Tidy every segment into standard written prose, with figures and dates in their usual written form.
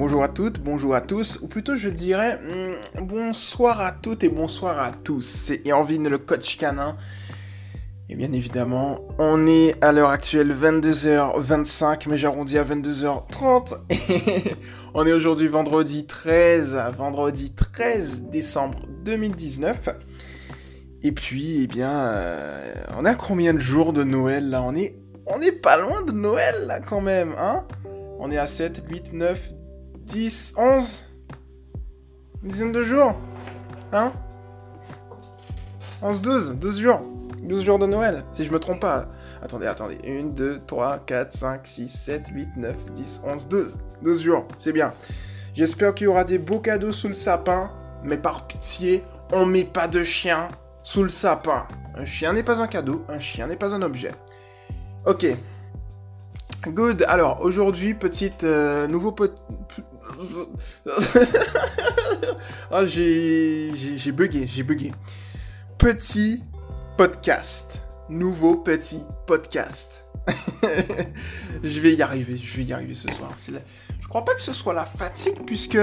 Bonjour à toutes, bonjour à tous, ou plutôt je dirais bonsoir à toutes et bonsoir à tous. C'est Irvine le coach canin. Et bien évidemment, on est à l'heure actuelle 22h25, mais j'arrondis à 22h30. On est aujourd'hui vendredi 13 décembre 2019. Et puis, on a combien de jours de Noël là? On est pas loin de Noël là quand même, hein? On est à 7, 8, 9, 10, 11. Une dizaine de jours. Hein? 11, 12 jours. 12 jours de Noël, si je me trompe pas. Attendez. 1, 2, 3, 4, 5, 6, 7, 8, 9, 10, 11, 12. 12 jours, c'est bien. J'espère qu'il y aura des beaux cadeaux sous le sapin. Mais par pitié, on met pas de chien sous le sapin. Un chien n'est pas un cadeau, un chien n'est pas un objet. Ok. Good, alors aujourd'hui, nouveau j'ai bugué. Petit podcast. Nouveau petit podcast. Je vais y arriver ce soir. Je crois pas que ce soit la fatigue puisque,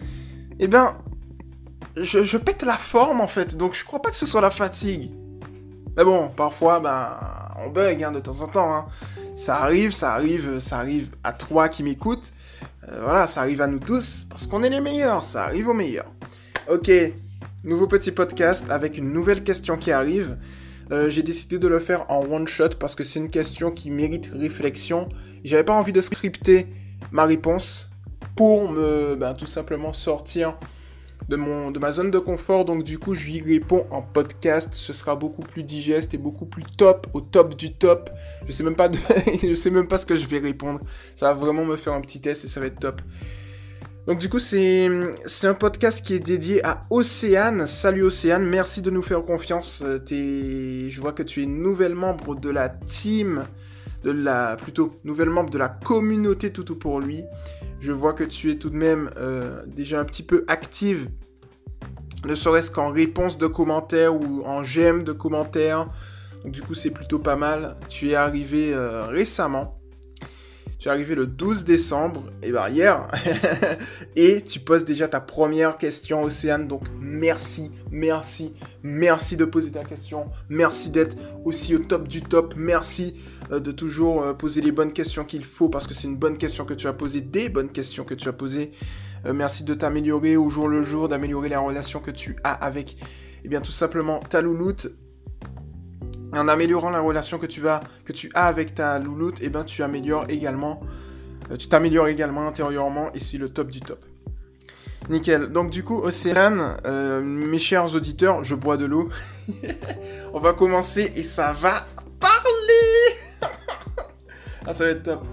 je pète la forme en fait, donc je crois pas que ce soit la fatigue. Mais bon, parfois, on bug de temps en temps. Hein. Ça arrive à toi qui m'écoutes. Voilà, ça arrive à nous tous, parce qu'on est les meilleurs, ça arrive aux meilleurs. Ok, nouveau petit podcast avec une nouvelle question qui arrive. J'ai décidé de le faire en one shot, parce que c'est une question qui mérite réflexion. J'avais pas envie de scripter ma réponse pour me tout simplement sortir de ma zone de confort, donc du coup j'y réponds en podcast. Ce sera beaucoup plus digeste et beaucoup plus top, au top du top. Je sais même pas ce que je vais répondre. Ça va vraiment me faire un petit test et ça va être top. Donc du coup c'est un podcast qui est dédié à Océane. Salut Océane, merci de nous faire confiance. Je vois que tu es nouvelle membre de la team, nouvelle membre de la communauté Toutou pour lui. Je vois que tu es tout de même déjà un petit peu active, ne serait-ce qu'en réponse de commentaires ou en j'aime de commentaires. Donc du coup, c'est plutôt pas mal. Tu es arrivé récemment. Tu es arrivé le 12 décembre, hier. Et tu poses déjà ta première question, Océane. Donc merci de poser ta question. Merci d'être aussi au top du top. Merci de toujours poser les bonnes questions qu'il faut, parce que c'est une bonne question que tu as posée, des bonnes questions que tu as posées. Merci de t'améliorer au jour le jour, d'améliorer la relation que tu as avec, tout simplement ta louloute. En améliorant la relation que tu as avec ta louloute, tu t'améliores également intérieurement, et c'est le top du top. Nickel. Donc du coup, Océane, mes chers auditeurs, je bois de l'eau. On va commencer et ça va parler. Ah, ça va être top.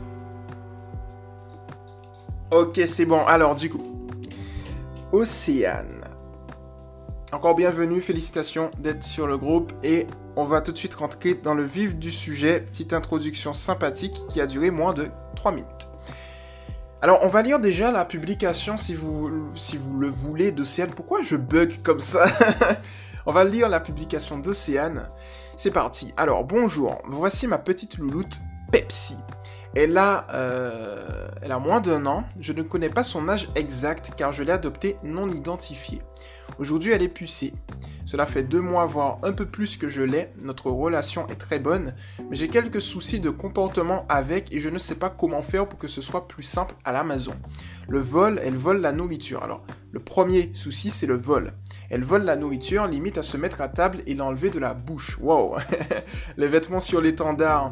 Ok, c'est bon. Alors du coup, Océane. Encore bienvenue, félicitations d'être sur le groupe, et on va tout de suite rentrer dans le vif du sujet. Petite introduction sympathique qui a duré moins de 3 minutes. Alors, on va lire déjà la publication, si vous le voulez, d'Océane. Pourquoi je bug comme ça? On va lire la publication d'Océane. C'est parti. Alors, bonjour. Voici ma petite louloute, Pepsi. Elle a moins d'1 an. Je ne connais pas son âge exact car je l'ai adoptée non identifiée. Aujourd'hui, elle est pucée. Cela fait 2 mois, voire un peu plus que je l'ai. Notre relation est très bonne, mais j'ai quelques soucis de comportement avec et je ne sais pas comment faire pour que ce soit plus simple à la maison. Elle vole la nourriture. Alors, le premier souci, c'est le vol. Elle vole la nourriture, limite à se mettre à table et l'enlever de la bouche. Wow. Les vêtements sur l'étendard.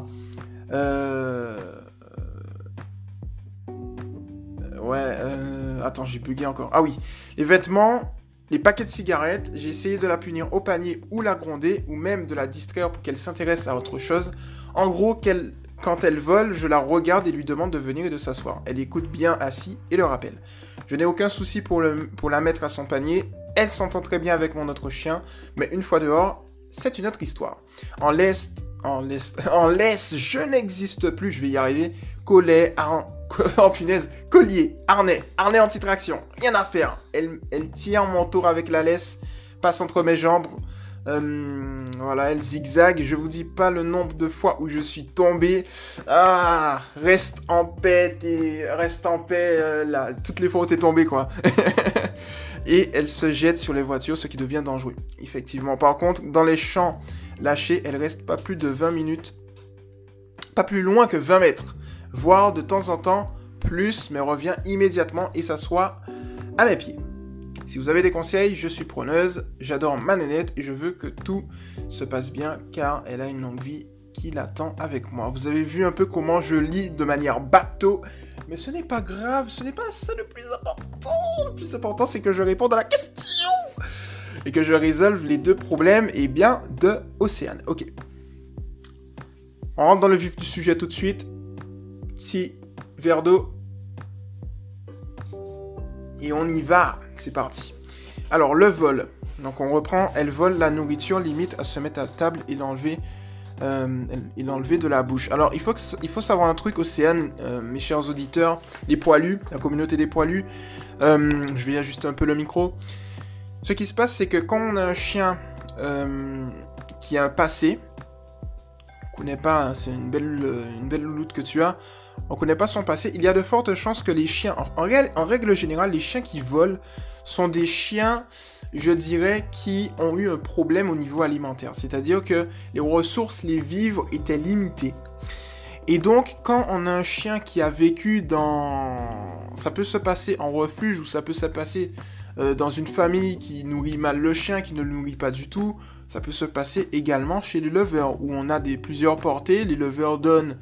Attends, j'ai bugué encore. Ah oui, les vêtements, les paquets de cigarettes, j'ai essayé de la punir au panier ou la gronder, ou même de la distraire pour qu'elle s'intéresse à autre chose. En gros, quand elle vole, je la regarde et lui demande de venir et de s'asseoir. Elle écoute bien assis et le rappelle. Je n'ai aucun souci pour la mettre à son panier. Elle s'entend très bien avec mon autre chien, mais une fois dehors, c'est une autre histoire. En laisse, je n'existe plus, je vais y arriver. Collet, collier, harnais anti-traction, rien à faire. Elle tient mon tour avec la laisse, passe entre mes jambes, Voilà, elle zigzague. Je vous dis pas le nombre de fois où je suis tombé. Ah, reste en paix, là, toutes les fois où t'es tombé, quoi. Et elle se jette sur les voitures, ce qui devient dangereux. Effectivement. Par contre, dans les champs lâchés, elle reste pas plus de 20 minutes. Pas plus loin que 20 mètres. Voire de temps en temps plus, mais revient immédiatement et s'assoit à mes pieds. Si vous avez des conseils, je suis preneuse, j'adore ma nénette et je veux que tout se passe bien car elle a une longue vie qui l'attend avec moi. Vous avez vu un peu comment je lis de manière bateau, mais ce n'est pas grave, ce n'est pas ça le plus important. Le plus important, c'est que je réponde à la question et que je résolve les deux problèmes, et bien, de Océane. Ok. On rentre dans le vif du sujet tout de suite. Si, verre d'eau. Et on y va. C'est parti. Alors, le vol. Donc, on reprend. Elle vole la nourriture, limite à se mettre à table et l'enlever de la bouche. Alors, il faut savoir un truc, Océane, mes chers auditeurs, les poilus, la communauté des poilus. Je vais ajuster un peu le micro. Ce qui se passe, c'est que quand on a un chien qui a un passé, on connaît pas, hein, c'est une belle louloute que tu as, on connaît pas son passé, il y a de fortes chances que les chiens, en règle générale, les chiens qui volent sont des chiens, je dirais, qui ont eu un problème au niveau alimentaire. C'est-à-dire que les ressources, les vivres étaient limitées. Et donc, quand on a un chien qui a vécu dans... Ça peut se passer en refuge ou ça peut se passer dans une famille qui nourrit mal le chien, qui ne le nourrit pas du tout. Ça peut se passer également chez les leveurs, où on a plusieurs portées. Les leveurs donnent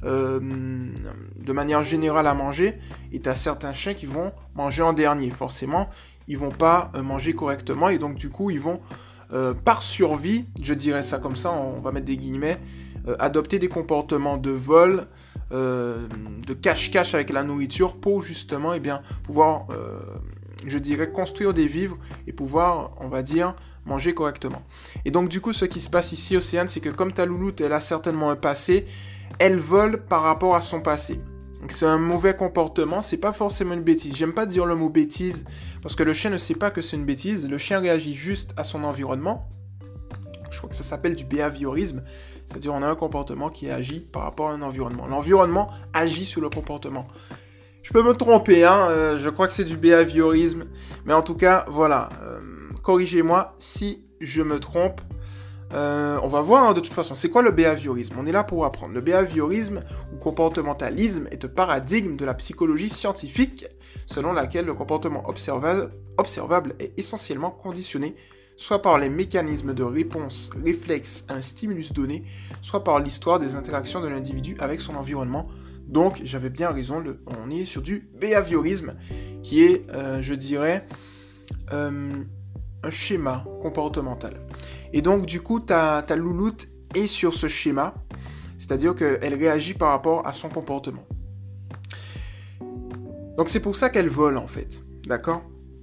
de manière générale à manger, et tu as certains chiens qui vont manger en dernier. Forcément, ils vont pas manger correctement, et donc du coup, ils vont, par survie, je dirais ça comme ça, on va mettre des guillemets, adopter des comportements de vol, de cache-cache avec la nourriture pour justement pouvoir, je dirais, construire des vivres et pouvoir, on va dire, manger correctement. Et donc du coup, ce qui se passe ici, Océane, c'est que comme ta louloute, elle a certainement un passé, elle vole par rapport à son passé. Donc c'est un mauvais comportement, c'est pas forcément une bêtise. J'aime pas dire le mot bêtise, parce que le chien ne sait pas que c'est une bêtise, le chien réagit juste à son environnement. Je crois que ça s'appelle du behaviorisme, c'est-à-dire on a un comportement qui agit par rapport à un environnement. L'environnement agit sur le comportement. Je peux me tromper, hein, je crois que c'est du behaviorisme, mais en tout cas, voilà, corrigez-moi si je me trompe. On va voir, hein, de toute façon, c'est quoi le behaviorisme? On est là pour apprendre. Le behaviorisme ou comportementalisme est un paradigme de la psychologie scientifique selon laquelle le comportement observable est essentiellement conditionné soit par les mécanismes de réponse réflexe à un stimulus donné, soit par l'histoire des interactions de l'individu avec son environnement. Donc, j'avais bien raison, on est sur du behaviorisme, qui est, je dirais, un schéma comportemental. Et donc, du coup, ta louloute est sur ce schéma, c'est-à-dire qu'elle réagit par rapport à son comportement. Donc, c'est pour ça qu'elle vole, en fait. D'accord ?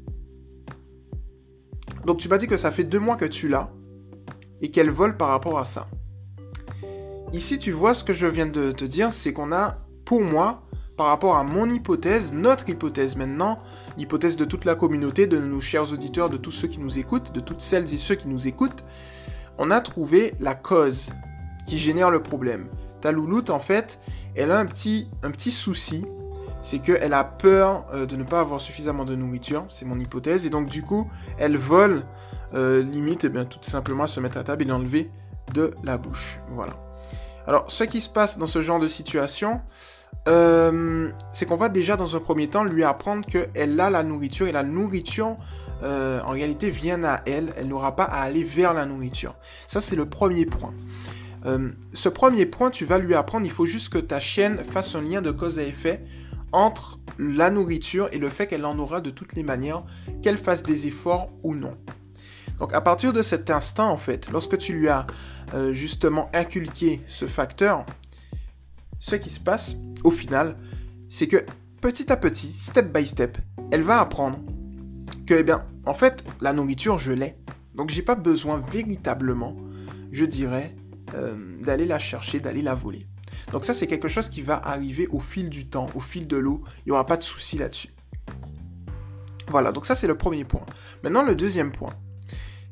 Donc, tu m'as dit que ça fait 2 mois que tu l'as, et qu'elle vole par rapport à ça. Ici, tu vois ce que je viens de te dire, c'est qu'on a, pour moi, par rapport à mon hypothèse, notre hypothèse maintenant, l'hypothèse de toute la communauté, de nos chers auditeurs, de tous ceux qui nous écoutent, de toutes celles et ceux qui nous écoutent, on a trouvé la cause qui génère le problème. Ta louloute, en fait, elle a un petit souci, c'est qu'elle a peur de ne pas avoir suffisamment de nourriture, c'est mon hypothèse, et donc du coup, elle vole, limite, tout simplement à se mettre à table et l'enlever de la bouche. Voilà. Alors, ce qui se passe dans ce genre de situation, c'est qu'on va déjà dans un premier temps lui apprendre qu'elle a la nourriture, et la nourriture en réalité vient à elle, elle n'aura pas à aller vers la nourriture. Ça, c'est le premier point. Ce premier point, tu vas lui apprendre, il faut juste que ta chienne fasse un lien de cause à effet entre la nourriture et le fait qu'elle en aura de toutes les manières, qu'elle fasse des efforts ou non. Donc à partir de cet instant, en fait, lorsque tu lui as justement inculqué ce facteur, ce qui se passe, au final, c'est que petit à petit, step by step, elle va apprendre que, en fait, la nourriture, je l'ai. Donc, j'ai pas besoin véritablement, je dirais, d'aller la chercher, d'aller la voler. Donc, ça, c'est quelque chose qui va arriver au fil du temps, au fil de l'eau. Il n'y aura pas de souci là-dessus. Voilà, donc ça, c'est le premier point. Maintenant, le deuxième point,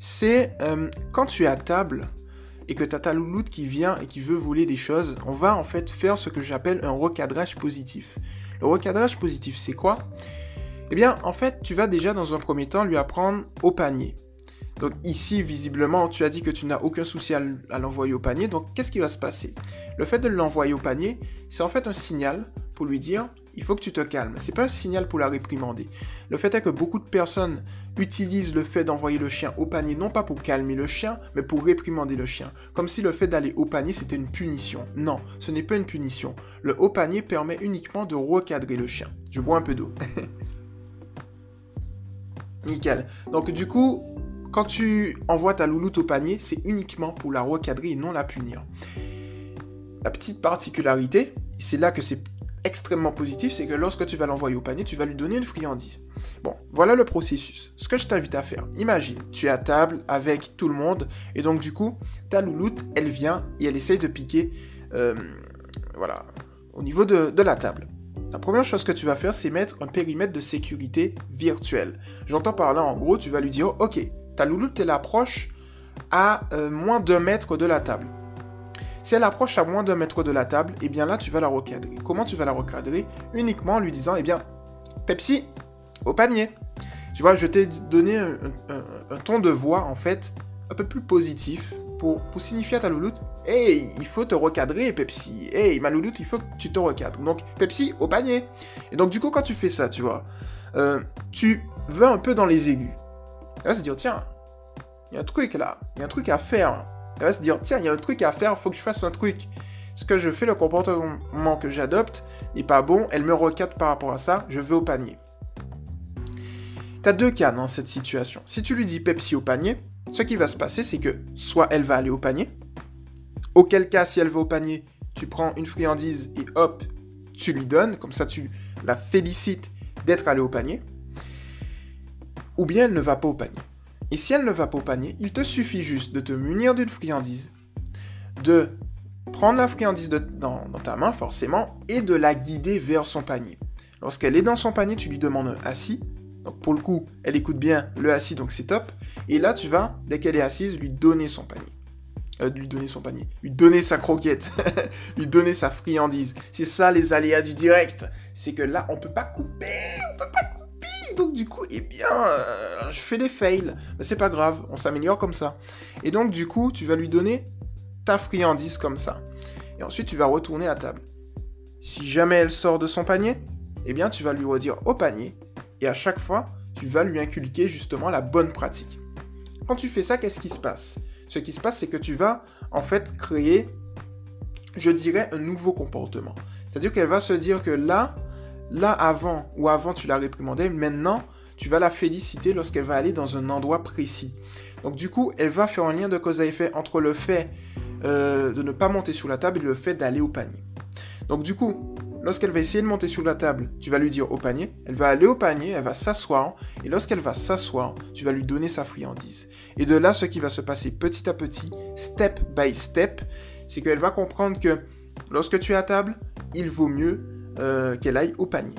c'est quand tu es à table et que tu as ta louloute qui vient et qui veut voler des choses, on va en fait faire ce que j'appelle un recadrage positif. Le recadrage positif, c'est quoi? Eh bien, en fait, tu vas déjà dans un premier temps lui apprendre au panier. Donc ici, visiblement, tu as dit que tu n'as aucun souci à l'envoyer au panier, donc qu'est-ce qui va se passer? Le fait de l'envoyer au panier, c'est en fait un signal pour lui dire « il faut que tu te calmes ». C'est pas un signal pour la réprimander. Le fait est que beaucoup de personnes utilisent le fait d'envoyer le chien au panier, non pas pour calmer le chien, mais pour réprimander le chien. Comme si le fait d'aller au panier, c'était une punition. Non, ce n'est pas une punition. Le haut panier permet uniquement de recadrer le chien. Je bois un peu d'eau. Nickel. Donc du coup, quand tu envoies ta louloute au panier, c'est uniquement pour la recadrer et non la punir. La petite particularité, c'est là que c'est extrêmement positif, c'est que lorsque tu vas l'envoyer au panier, tu vas lui donner une friandise. Bon, voilà le processus. Ce que je t'invite à faire, imagine, tu es à table avec tout le monde, et donc du coup, ta louloute, elle vient et elle essaye de piquer, voilà, au niveau de la table. La première chose que tu vas faire, c'est mettre un périmètre de sécurité virtuel. J'entends par là, en gros, tu vas lui dire, ok, ta louloute, elle approche à moins d'1 mètre de la table. Si elle approche à moins d'1 mètre de la table, eh bien là, tu vas la recadrer. Comment tu vas la recadrer? Uniquement en lui disant, eh bien, Pepsi, au panier. Tu vois, je t'ai donné un ton de voix, en fait, un peu plus positif pour signifier à ta louloute, hey, il faut te recadrer, Pepsi. Hey, ma louloute, il faut que tu te recadres. Donc, Pepsi, au panier. Et donc, du coup, quand tu fais ça, tu vois, tu vas un peu dans les aigus. Elle va se dire, tiens, il y a un truc là, il y a un truc à faire. Elle va se dire, tiens, il y a un truc à faire, il faut que je fasse un truc. Ce que je fais, le comportement que j'adopte n'est pas bon, elle me recadre par rapport à ça, je vais au panier. T'as 2 cas dans cette situation. Si tu lui dis Pepsi au panier, ce qui va se passer, c'est que soit elle va aller au panier, auquel cas, si elle va au panier, tu prends une friandise et hop, tu lui donnes, comme ça tu la félicites d'être allée au panier, ou bien elle ne va pas au panier. Et si elle ne va pas au panier, il te suffit juste de te munir d'une friandise, de prendre la friandise dans ta main, forcément, et de la guider vers son panier. Lorsqu'elle est dans son panier, tu lui demandes un assis. Donc pour le coup, elle écoute bien le assis, donc c'est top. Et là, tu vas, dès qu'elle est assise, lui donner son panier. Lui donner sa croquette, lui donner sa friandise. C'est ça les aléas du direct. C'est que là, on peut pas couper. Donc du coup, eh bien, je fais des fails. Mais c'est pas grave, on s'améliore comme ça. Et donc du coup, tu vas lui donner ta friandise comme ça. Et ensuite, tu vas retourner à table. Si jamais elle sort de son panier, eh bien, tu vas lui redire au panier. Et à chaque fois, tu vas lui inculquer justement la bonne pratique. Quand tu fais ça, qu'est-ce qui se passe? Ce qui se passe, c'est que tu vas en fait créer, je dirais, un nouveau comportement. C'est-à-dire qu'elle va se dire que là avant tu la réprimandais, maintenant tu vas la féliciter lorsqu'elle va aller dans un endroit précis. Donc du coup, elle va faire un lien de cause à effet entre le fait de ne pas monter sur la table et le fait d'aller au panier. Donc du coup, lorsqu'elle va essayer de monter sur la table, tu vas lui dire au panier, elle va aller au panier, elle va s'asseoir, et lorsqu'elle va s'asseoir, tu vas lui donner sa friandise. Et de là, ce qui va se passer petit à petit, step by step, c'est qu'elle va comprendre que lorsque tu es à table, il vaut mieux qu'elle aille au panier.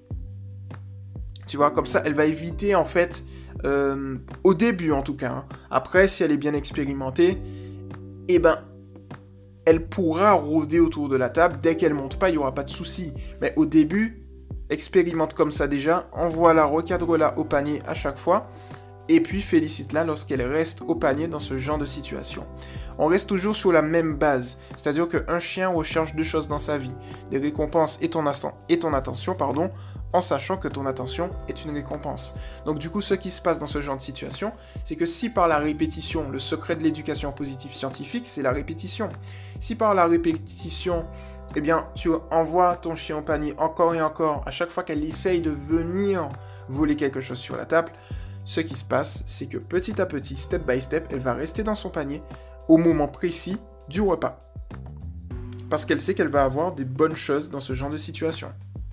Tu vois, comme ça, elle va éviter, en fait, au début en tout cas, hein. Après, si elle est bien expérimentée, eh ben, elle pourra rôder autour de la table. Dès qu'elle monte pas, il n'y aura pas de souci. Mais au début, expérimente comme ça déjà, envoie-la, recadre-la au panier à chaque fois, et puis félicite-la lorsqu'elle reste au panier dans ce genre de situation. On reste toujours sur la même base, c'est-à-dire qu'un chien recherche 2 choses dans sa vie, des récompenses et ton attention, en sachant que ton attention est une récompense. Donc du coup, ce qui se passe dans ce genre de situation, c'est que si par la répétition, le secret de l'éducation positive scientifique, c'est la répétition. Si par la répétition, eh bien, tu envoies ton chien au panier encore et encore, à chaque fois qu'elle essaye de venir voler quelque chose sur la table, ce qui se passe, c'est que petit à petit, step by step, elle va rester dans son panier au moment précis du repas. Parce qu'elle sait qu'elle va avoir des bonnes choses dans ce genre de situation.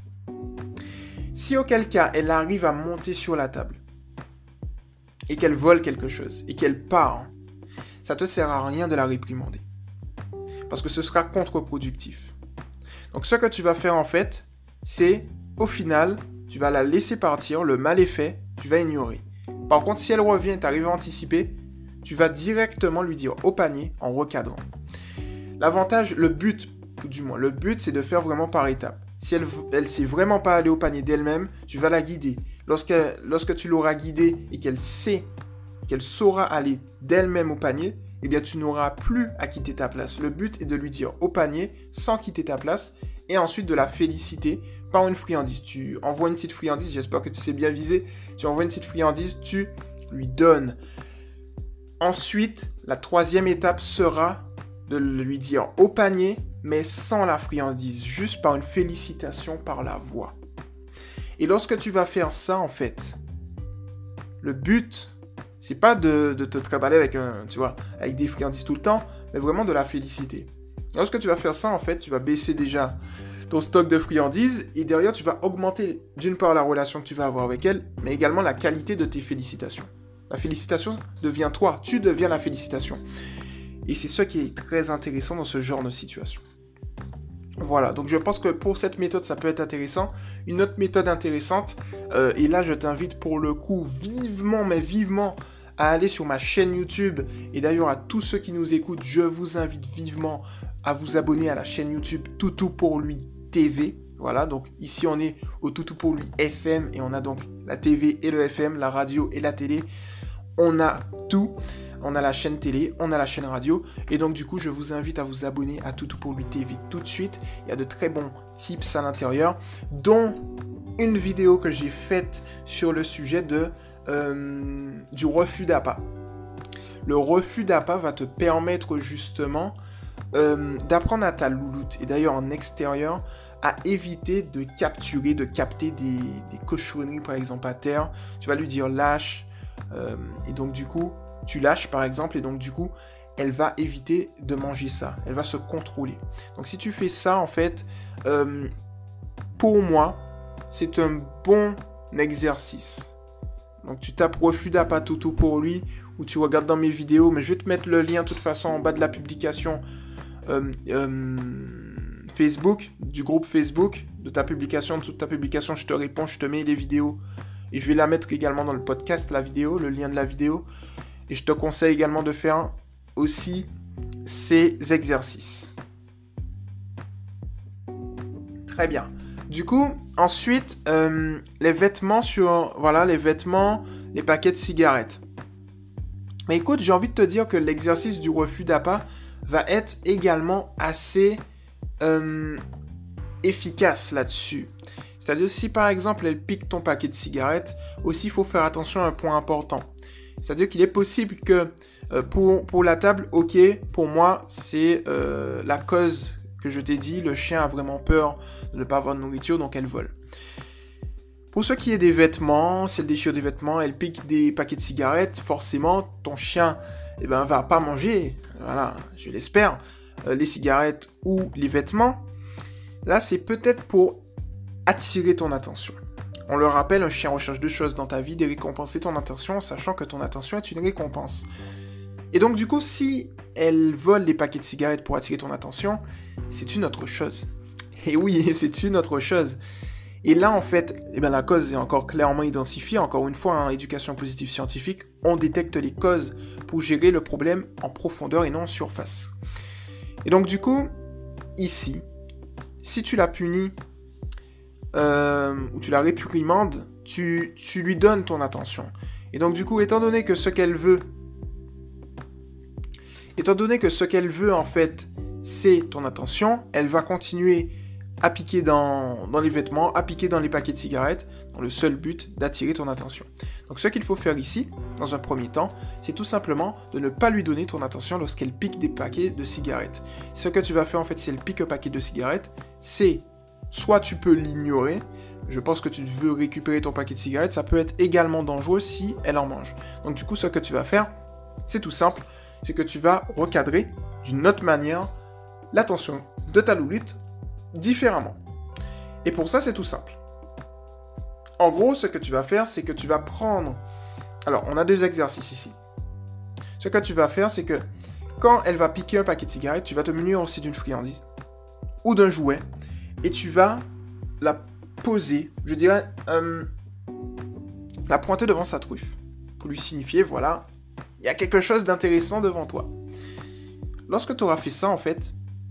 Si auquel cas, elle arrive à monter sur la table, et qu'elle vole quelque chose, et qu'elle part, ça te sert à rien de la réprimander. Parce que ce sera contre-productif. Donc ce que tu vas faire en fait, c'est, au final, tu vas la laisser partir, le mal est fait, tu vas ignorer. Par contre, si elle revient, tu arrives à anticiper, tu vas directement lui dire au panier en recadrant. L'avantage, le but, tout du moins, le but, c'est de faire vraiment par étapes. Si elle sait vraiment pas aller au panier d'elle-même, tu vas la guider. Lorsque tu l'auras guidée et qu'elle saura aller d'elle-même au panier, eh bien, tu n'auras plus à quitter ta place. Le but est de lui dire au panier sans quitter ta place et ensuite de la féliciter par une friandise. Tu envoies une petite friandise, j'espère que tu sais bien viser. Tu envoies une petite friandise, tu lui donnes. Ensuite, la troisième étape sera de lui dire au panier, mais sans la friandise, juste par une félicitation par la voix. Et lorsque tu vas faire ça, en fait, le but, c'est pas de te trimballer avec des friandises tout le temps, mais vraiment de la féliciter. Lorsque tu vas faire ça, en fait, tu vas baisser déjà ton stock de friandises et derrière, tu vas augmenter d'une part la relation que tu vas avoir avec elle, mais également la qualité de tes félicitations. La félicitation devient toi, tu deviens la félicitation. Et c'est ce qui est très intéressant dans ce genre de situation. Voilà, donc je pense que pour cette méthode, ça peut être intéressant. Une autre méthode intéressante, et là je t'invite pour le coup vivement, mais vivement, à aller sur ma chaîne YouTube. Et d'ailleurs à tous ceux qui nous écoutent, je vous invite vivement à vous abonner à la chaîne YouTube Toutou pour lui TV. Voilà, donc ici on est au Toutou pour lui FM et on a donc la TV et le FM, la radio et la télé. On a tout. On a la chaîne télé, on a la chaîne radio. Et donc, du coup, je vous invite à vous abonner à Toutou pour lui TV tout de suite. Il y a de très bons tips à l'intérieur, dont une vidéo que j'ai faite sur le sujet du refus d'appât. Le refus d'appât va te permettre justement d'apprendre à ta louloute. Et d'ailleurs, en extérieur, à éviter de capter des cochonneries, par exemple, à terre. Tu vas lui dire lâche. Et donc, du coup, tu lâches par exemple et donc du coup elle va éviter de manger ça, elle va se contrôler. Donc si tu fais ça en fait, pour moi c'est un bon exercice. Donc tu tapes refus d'appât Toutou pour lui ou tu regardes dans mes vidéos, mais je vais te mettre le lien de toute façon en bas de la publication Facebook, du groupe Facebook, de ta publication, en dessous de ta publication je te réponds, je te mets les vidéos et je vais la mettre également dans le podcast, la vidéo, le lien de la vidéo. Et je te conseille également de faire aussi ces exercices. Très bien. Du coup, ensuite, les vêtements, les paquets de cigarettes. Mais écoute, j'ai envie de te dire que l'exercice du refus d'appât va être également assez efficace là-dessus. C'est-à-dire, si par exemple, elle pique ton paquet de cigarettes, aussi, il faut faire attention à un point important. C'est-à-dire qu'il est possible que pour la table, ok, pour moi, c'est la cause que je t'ai dit, le chien a vraiment peur de ne pas avoir de nourriture, donc elle vole. Pour ce qui est des vêtements, si elle déchire des vêtements, elle pique des paquets de cigarettes, forcément, ton chien va pas manger, voilà, je l'espère, les cigarettes ou les vêtements. Là, c'est peut-être pour attirer ton attention. On le rappelle, un chien recherche deux choses dans ta vie, de récompenser ton attention, sachant que ton attention est une récompense. Et donc du coup, si elle vole des paquets de cigarettes pour attirer ton attention, c'est une autre chose. Et oui, c'est une autre chose. Et là, en fait, la cause est encore clairement identifiée. Encore une fois, en éducation positive scientifique, on détecte les causes pour gérer le problème en profondeur et non en surface. Et donc du coup, ici, si tu la punis, ou tu la réprimandes, tu lui donnes ton attention. Et donc du coup, étant donné que ce qu'elle veut en fait, c'est ton attention, elle va continuer à piquer dans les vêtements, à piquer dans les paquets de cigarettes, dans le seul but d'attirer ton attention. Donc ce qu'il faut faire ici, dans un premier temps, c'est tout simplement de ne pas lui donner ton attention lorsqu'elle pique des paquets de cigarettes. Ce que tu vas faire en fait, si elle pique un paquet de cigarettes, c'est soit tu peux l'ignorer, je pense que tu veux récupérer ton paquet de cigarettes, ça peut être également dangereux si elle en mange. Donc du coup, ce que tu vas faire, c'est tout simple, c'est que tu vas recadrer d'une autre manière l'attention de ta louloute différemment. Et pour ça, c'est tout simple. En gros, ce que tu vas faire, c'est que tu vas prendre... Alors, on a deux exercices ici. Ce que tu vas faire, c'est que quand elle va piquer un paquet de cigarettes, tu vas te munir aussi d'une friandise ou d'un jouet. Et tu vas la poser, je dirais, la pointer devant sa truffe. Pour lui signifier, voilà, Il y a quelque chose d'intéressant devant toi. Lorsque tu auras fait ça, en fait,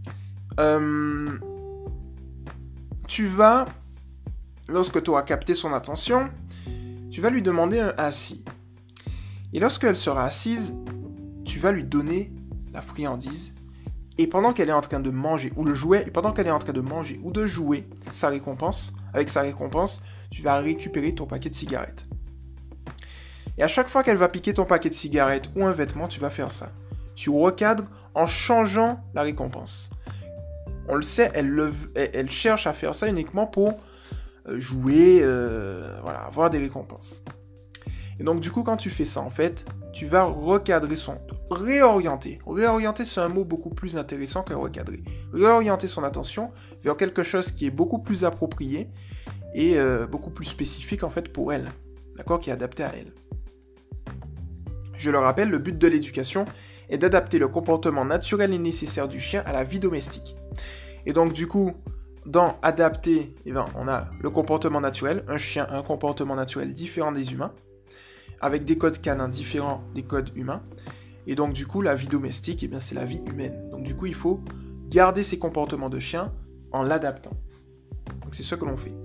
tu vas, lorsque tu auras capté son attention, tu vas lui demander un assis. Et lorsqu'elle sera assise, tu vas lui donner la friandise. Et pendant qu'elle est en train de manger, ou le jouet, et pendant qu'elle est en train de manger ou de jouer sa récompense, avec sa récompense, tu vas récupérer ton paquet de cigarettes. Et à chaque fois qu'elle va piquer ton paquet de cigarettes ou un vêtement, tu vas faire ça. Tu recadres en changeant la récompense. On le sait, elle cherche à faire ça uniquement pour jouer, avoir des récompenses. Et donc du coup, quand tu fais ça, en fait, tu vas recadrer réorienter. Réorienter, c'est un mot beaucoup plus intéressant que recadrer. Réorienter son attention vers quelque chose qui est beaucoup plus approprié et beaucoup plus spécifique, en fait, pour elle. D'accord, qui est adapté à elle. Je le rappelle, le but de l'éducation est d'adapter le comportement naturel et nécessaire du chien à la vie domestique. Et donc, du coup, dans adapter, on a le comportement naturel. Un chien a un comportement naturel différent des humains, avec des codes canins différents des codes humains. Et donc, du coup, la vie domestique, c'est la vie humaine. Donc, du coup, il faut garder ses comportements de chien en l'adaptant. Donc, c'est ce que l'on fait.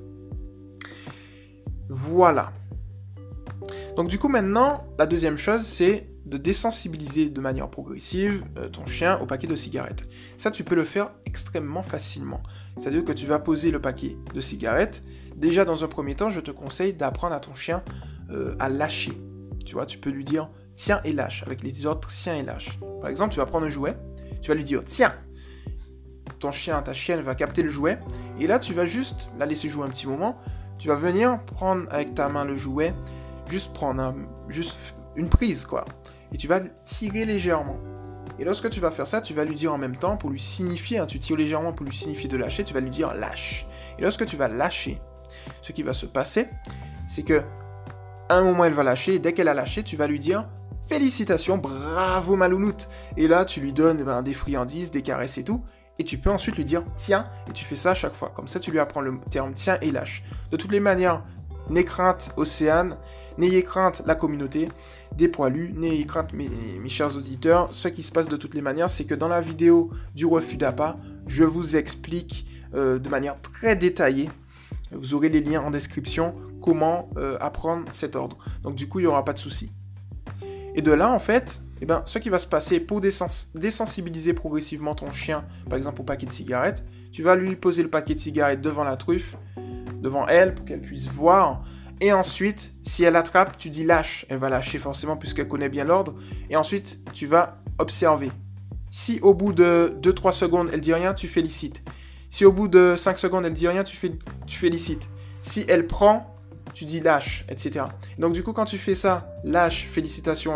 Voilà. Donc du coup maintenant, la deuxième chose, c'est de désensibiliser de manière progressive ton chien au paquet de cigarettes. Ça, tu peux le faire extrêmement facilement. C'est-à-dire que tu vas poser le paquet de cigarettes. Déjà, dans un premier temps, je te conseille d'apprendre à ton chien à lâcher. Tu vois, tu peux lui dire « tiens et lâche » avec les autres « tiens et lâche ». Par exemple, tu vas prendre un jouet, tu vas lui dire « tiens ». Ton chien, ta chienne va capter le jouet. Et là, tu vas juste la laisser jouer un petit moment. Tu vas venir prendre avec ta main le jouet, juste prendre une prise, quoi. Et tu vas tirer légèrement. Et lorsque tu vas faire ça, tu vas lui dire en même temps, pour lui signifier, tu tires légèrement pour lui signifier de lâcher, tu vas lui dire lâche. Et lorsque tu vas lâcher, ce qui va se passer, c'est que à un moment, elle va lâcher, et dès qu'elle a lâché, tu vas lui dire félicitations, bravo ma louloute. Et là, tu lui donnes des friandises, des caresses et tout. Et tu peux ensuite lui dire tiens, et tu fais ça à chaque fois. Comme ça, tu lui apprends le terme tiens et lâche. De toutes les manières, n'aie crainte, Océane, n'ayez crainte, la communauté des poilus, n'ayez crainte, mes chers auditeurs. Ce qui se passe de toutes les manières, c'est que dans la vidéo du refus d'appât, je vous explique de manière très détaillée, vous aurez les liens en description, comment apprendre cet ordre. Donc du coup, il n'y aura pas de souci. Et de là, en fait, ce qui va se passer pour désensibiliser progressivement ton chien, par exemple au paquet de cigarettes, tu vas lui poser le paquet de cigarettes devant la truffe, devant elle, pour qu'elle puisse voir. Et ensuite, si elle attrape, tu dis lâche. Elle va lâcher forcément puisqu'elle connaît bien l'ordre. Et ensuite, tu vas observer. Si au bout de 2-3 secondes, elle dit rien, tu félicites. Si au bout de 5 secondes, elle dit rien, tu félicites. Si elle prend, tu dis lâche, etc. Donc du coup, quand tu fais ça, lâche, félicitations,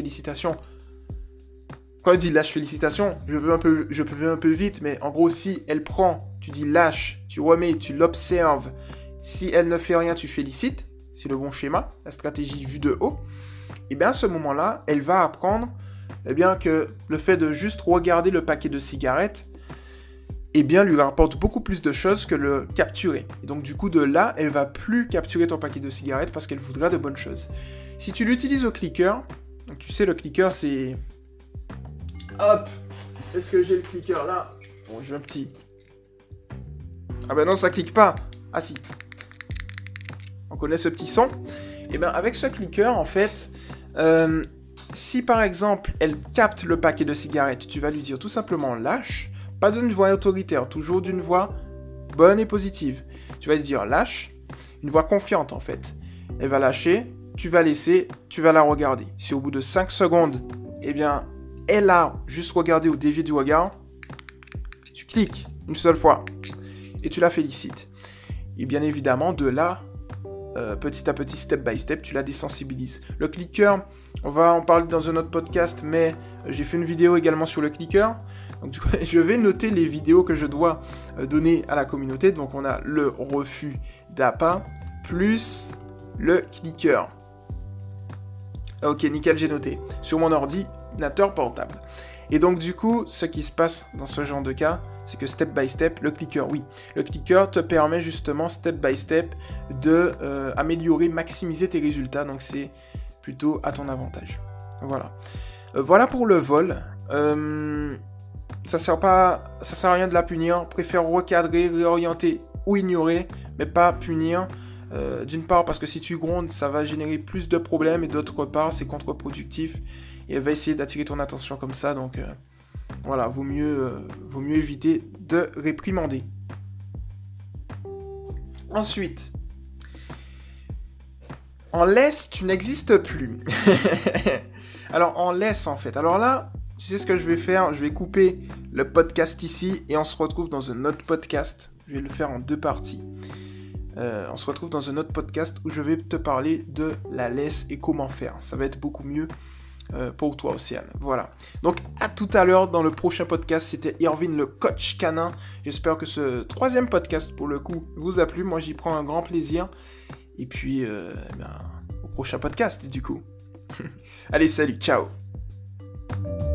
quand elle dit lâche, félicitations, je peux un peu vite, mais en gros, si elle prend, tu dis lâche, tu remets, tu l'observes. Si elle ne fait rien, tu félicites. C'est le bon schéma, la stratégie vue de haut. Et bien à ce moment-là, elle va apprendre que le fait de juste regarder le paquet de cigarettes, lui rapporte beaucoup plus de choses que le capturer. Et donc du coup, de là, elle va plus capturer ton paquet de cigarettes parce qu'elle voudra de bonnes choses. Si tu l'utilises au clicker, tu sais, le clicker, c'est... Hop! Est-ce que j'ai le clicker là? Bon, j'ai un petit... Ah ben non, ça clique pas! Ah si! On connaît ce petit son. Et bien, avec ce clicker, en fait, si par exemple, elle capte le paquet de cigarettes, tu vas lui dire tout simplement lâche. Pas d'une voix autoritaire, toujours d'une voix bonne et positive. Tu vas lui dire lâche, une voix confiante en fait. Elle va lâcher, tu vas laisser, tu vas la regarder. Si au bout de 5 secondes, elle a juste regardé ou dévié du regard, tu cliques une seule fois et tu la félicites. Et bien évidemment, de là, petit à petit, step by step, tu la désensibilises. Le clicker, on va en parler dans un autre podcast, mais j'ai fait une vidéo également sur le clicker. Donc du coup, je vais noter les vidéos que je dois donner à la communauté. Donc on a le refus d'appât plus le clicker. Ok, nickel, j'ai noté. Sur mon ordinateur portable. Et donc du coup, ce qui se passe dans ce genre de cas, c'est que step by step, le clicker, oui. Le clicker te permet justement, step by step, de améliorer, maximiser tes résultats. Donc c'est plutôt à ton avantage. Voilà. Voilà pour le vol. Ça sert à rien de la punir. Préfère recadrer, réorienter ou ignorer, mais pas punir. D'une part, parce que si tu grondes, ça va générer plus de problèmes, et d'autre part, c'est contre-productif. Et elle va essayer d'attirer ton attention comme ça, donc voilà, vaut mieux éviter de réprimander. Ensuite, en laisse, tu n'existes plus. Alors, en laisse, en fait. Alors là, tu sais ce que je vais faire? Je vais couper le podcast ici et on se retrouve dans un autre podcast. Je vais le faire en 2 parties. On se retrouve dans un autre podcast où je vais te parler de la laisse et comment faire. Ça va être beaucoup mieux pour toi, Océane. Voilà. Donc, à tout à l'heure dans le prochain podcast. C'était Irvine, le coach canin. J'espère que ce 3e podcast, pour le coup, vous a plu. Moi, j'y prends un grand plaisir. Et puis, au prochain podcast, du coup. Allez, salut, ciao.